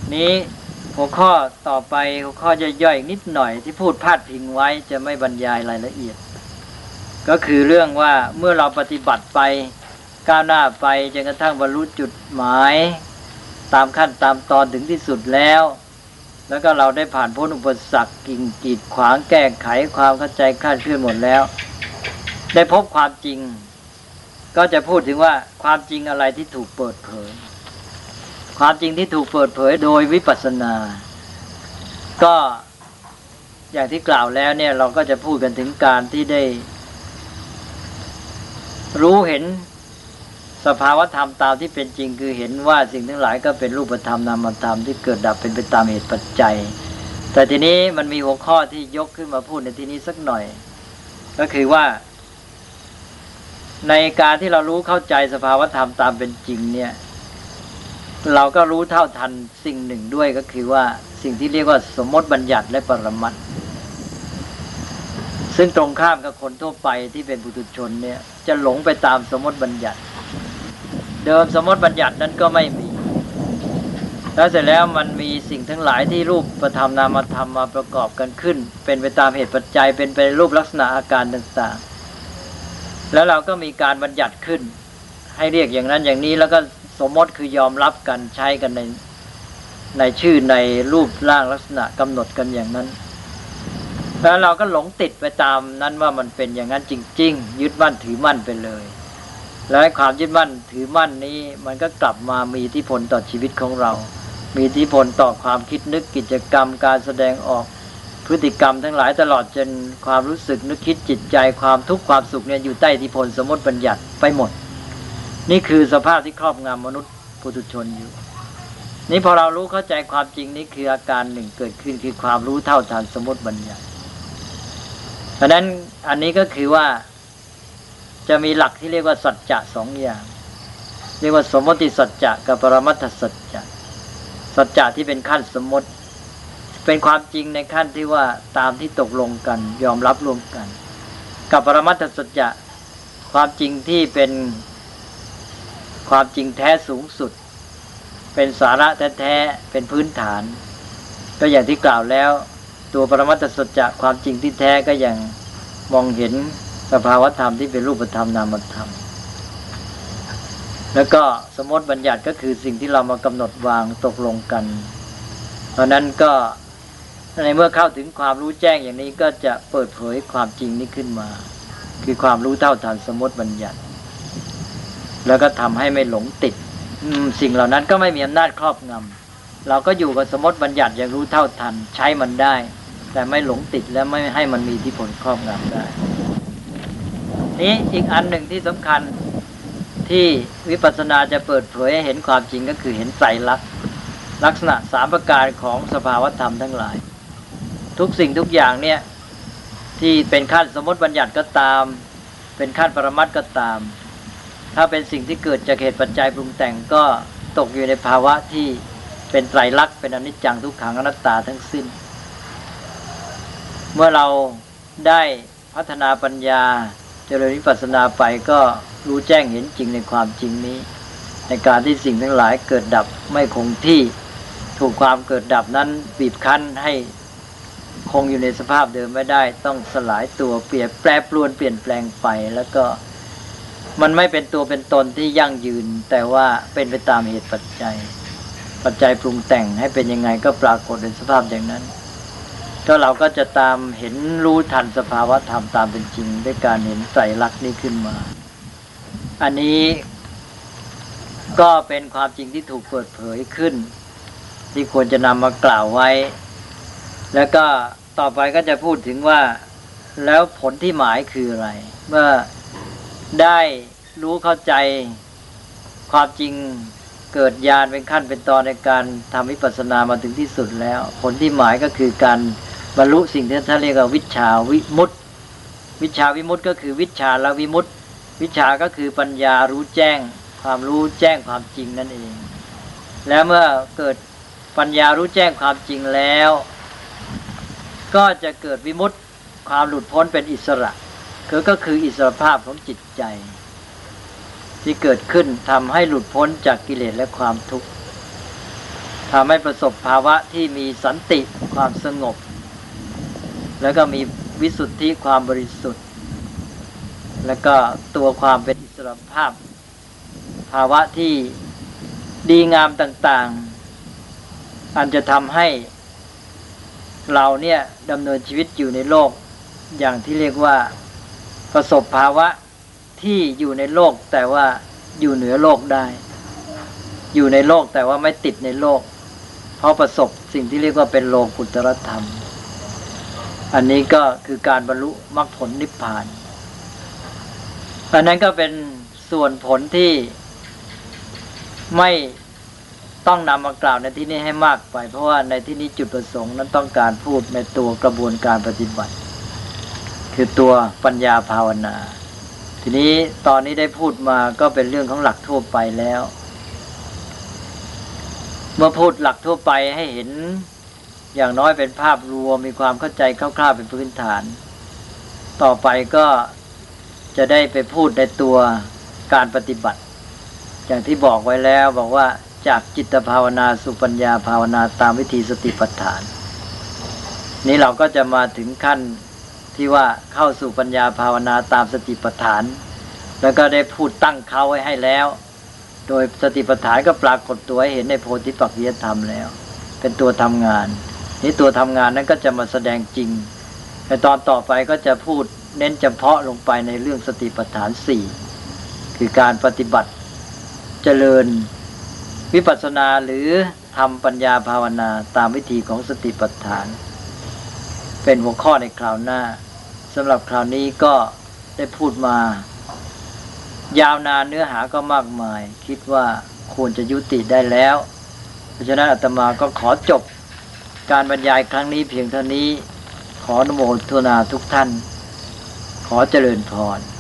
นี้หัวข้อต่อไปหัวข้อย่อยๆนิดหน่อยที่พูดพาดพิงไว้จะไม่บรรยายรายละเอียดก็คือเรื่องว่าเมื่อเราปฏิบัติไปก้าวหน้าไปจนกระทั่งบรรลุจุดหมายตามขั้นตามตอนถึงที่สุดแล้วก็เราได้ผ่านพ้นอุปสรรคกิ่งกีดขวางแก้ไขความเข้าใจคลาดเคลื่อนหมดแล้วได้พบความจริงก็จะพูดถึงว่าความจริงอะไรที่ถูกเปิดเผยความจริงที่ถูกเปิดเผยโดยวิปัสสนาก็อย่างที่กล่าวแล้วเนี่ยเราก็จะพูดกันถึงการที่ได้รู้เห็นสภาวธรรมตามที่เป็นจริงคือเห็นว่าสิ่งทั้งหลายก็เป็นรูปธรรมนามธรรมที่เกิดดับเป็นไปตามเหตุปัจจัยแต่ทีนี้มันมีหัวข้อที่ยกขึ้นมาพูดในที่นี้สักหน่อยก็คือว่าในการที่เรารู้เข้าใจสภาวธรรมตามเป็นจริงเนี่ยเราก็รู้เท่าทันสิ่งหนึ่งด้วยก็คือว่าสิ่งที่เรียกว่าสมมติบัญญัติและปรมัตถ์ซึ่งตรงข้ามกับคนทั่วไปที่เป็นปุถุชนเนี่ยจะหลงไปตามสมมติบัญญัติเดิมสมมติบัญญัตินั้นก็ไม่มีแล้วเสร็จแล้วมันมีสิ่งทั้งหลายที่รูปธรรมนามธรรมมาประกอบกันขึ้นเป็นไปตามเหตุปัจจัยเป็นไปรูปลักษณะอาการต่างๆแล้วเราก็มีการบัญญัติขึ้นให้เรียกอย่างนั้นอย่างนี้แล้วก็สมมติคือยอมรับกันใช้กันในชื่อในรูปร่างลักษณะกำหนดกันอย่างนั้นแล้วเราก็หลงติดไปตามนั้นว่ามันเป็นอย่างนั้นจริงๆยึดมั่นถือมั่นไปเลยแล้วความยึดมั่นถือมั่นนี้มันก็กลับมามีอิทธิพลต่อชีวิตของเรามีอิทธิพลต่อความคิดนึกกิจกรรมการแสดงออกพฤติกรรมทั้งหลายตลอดจนความรู้สึกนึกคิดจิตใจความทุกข์ความสุขเนี่ยอยู่ใต้อิทธิพลสมมติบัญญัติไปหมดนี่คือสภาพที่ครอบงำมนุษย์ปุถุชนอยู่นี่พอเรารู้เข้าใจความจริงนี้คืออาการหนึ่งเกิดขึ้นคือความรู้เท่าทันสมมติบัญญัติเพราะนั้นอันนี้ก็คือว่าจะมีหลักที่เรียกว่าสัจจะสองอย่างเรียกว่าสมมติสัจจะกับปรมัตถสัจจะสัจจะที่เป็นขั้นสมมติเป็นความจริงในขั้นที่ว่าตามที่ตกลงกันยอมรับร่วมกันกับปรมัตถสัจจะความจริงที่เป็นความจริงแท้สูงสุดเป็นสาระแท้ๆเป็นพื้นฐานก็อย่างที่กล่าวแล้วตัวปรมัตถสัจจะความจริงที่แท้ก็อย่างมองเห็นสภาวธรรมที่เป็นรูปธรรมนามธรรมแล้วก็สมมติบัญญัติก็คือสิ่งที่เรามากำหนดวางตกลงกันเพราะนั้นก็ในเมื่อเข้าถึงความรู้แจ้งอย่างนี้ก็จะเปิดเผยความจริงนี้ขึ้นมาคือความรู้เท่าทันสมมติบัญญัติแล้วก็ทำให้ไม่หลงติดสิ่งเหล่านั้นก็ไม่มีอำนาจครอบงำเราก็อยู่กับสมมติบัญญัติอย่างรู้เท่าทันใช้มันได้แต่ไม่หลงติดและไม่ให้มันมีอิทธิพลครอบงำได้นี้อีกอันหนึ่งที่สำคัญที่วิปัสสนาจะเปิดเผยให้เห็นความจริงก็คือเห็นไตรลักษณ์ลักษณะ3ประการของสภาวธรรมทั้งหลายทุกสิ่งทุกอย่างเนี่ยที่เป็นขั้นสมมติบัญญัติก็ตามเป็นขั้นปรมัตถ์ก็ตามถ้าเป็นสิ่งที่เกิดจากเหตุปัจจัยปรุงแต่งก็ตกอยู่ในภาวะที่เป็นไตรลักษณ์เป็นอนิจจังทุกขังอนัตตาทั้งสิ้นเมื่อเราได้พัฒนาปัญญาเจริญวิปัสสนาไปก็รู้แจ้งเห็นจริงในความจริงนี้ในการที่สิ่งทั้งหลายเกิดดับไม่คงที่ถูกความเกิดดับนั้นบีบคั้นให้คงอยู่ในสภาพเดิมไม่ได้ต้องสลายตัวแปรปรวนเปลี่ยนแปลงไปแล้วก็มันไม่เป็นตัวเป็นตนที่ยั่งยืนแต่ว่าเป็นไปตามเหตุปัจจัยปรุงแต่งให้เป็นยังไงก็ปรากฏในสภาพอย่างนั้นก็เราก็จะตามเห็นรู้ทันสภาวะธรรมตามเป็นจริงด้วยการเห็นไตรลักษณ์นี้ขึ้นมาอันนี้ก็เป็นความจริงที่ถูกเปิดเผยขึ้นที่ควรจะนำมากล่าวไว้แล้วก็ต่อไปก็จะพูดถึงว่าแล้วผลที่หมายคืออะไรเมื่อได้รู้เข้าใจความจริงเกิดญาณเป็นขั้นเป็นตอนในการทำวิปัสสนามาถึงที่สุดแล้วผลที่หมายก็คือการบรรลุสิ่งที่ท่านเรียกว่าวิชชาวิมุตติวิชชาวิมุตติก็คือวิชชาและวิมุตติวิชชาก็คือปัญญารู้แจ้งความรู้แจ้งความจริงนั่นเองแล้วเมื่อเกิดปัญญารู้แจ้งความจริงแล้วก็จะเกิดวิมุตติความหลุดพ้นเป็นอิสระก็คืออิสรภาพของจิตใจที่เกิดขึ้นทำให้หลุดพ้นจากกิเลสและความทุกข์ทำให้ประสบภาวะที่มีสันติความสงบแล้วก็มีวิสุทธิความบริสุทธิ์แล้วก็ตัวความเป็นอิสรภาพภาวะที่ดีงามต่างๆอันจะทำให้เราเนี่ยดำเนินชีวิตอยู่ในโลกอย่างที่เรียกว่าประสบภาวะที่อยู่ในโลกแต่ว่าอยู่เหนือโลกได้อยู่ในโลกแต่ว่าไม่ติดในโลกเพราะประสบสิ่งที่เรียกว่าเป็นโลกุตตรธรรมอันนี้ก็คือการบรรลุมรรคผลนิพพานอันนั้นก็เป็นส่วนผลที่ไม่ต้องนำมากล่าวในที่นี้ให้มากไปเพราะว่าในที่นี้จุดประสงค์นั้นต้องการพูดในตัวกระบวนการปฏิบัติคือตัวปัญญาภาวนาทีนี้ตอนนี้ได้พูดมาก็เป็นเรื่องของหลักทั่วไปแล้วเมื่อพูดหลักทั่วไปให้เห็นอย่างน้อยเป็นภาพรวมมีความเข้าใจคร่าวๆเป็นพื้นฐานต่อไปก็จะได้ไปพูดในตัวการปฏิบัติอย่างที่บอกไว้แล้วบอกว่าจากจิตภาวนาสู่ปัญญาภาวนาตามวิธีสติปัฏฐานนี้เราก็จะมาถึงขั้นที่ว่าเข้าสู่ปัญญาภาวนาตามสติปัฏฐานแล้วก็ได้พูดตั้งเขาไว้ให้แล้วโดยสติปัฏฐานก็ปรากฏตัวให้เห็นในโพธิปักขิยธรรมแล้วเป็นตัวทำงานนี้ตัวทำงานนั้นก็จะมาแสดงจริงในตอนต่อไปก็จะพูดเน้นเฉพาะลงไปในเรื่องสติปัฏฐาน4คือการปฏิบัติเจริญวิปัสสนาหรือทำปัญญาภาวนาตามวิธีของสติปัฏฐานเป็นหัวข้อในคราวหน้าสำหรับคราวนี้ก็ได้พูดมายาวนานเนื้อหาก็มากมายคิดว่าควรจะยุติได้แล้วเพราะฉะนั้นอาตมาก็ขอจบการบรรยายครั้งนี้เพียงเท่านี้ขออนุโมทนาทุกท่านขอเจริญพร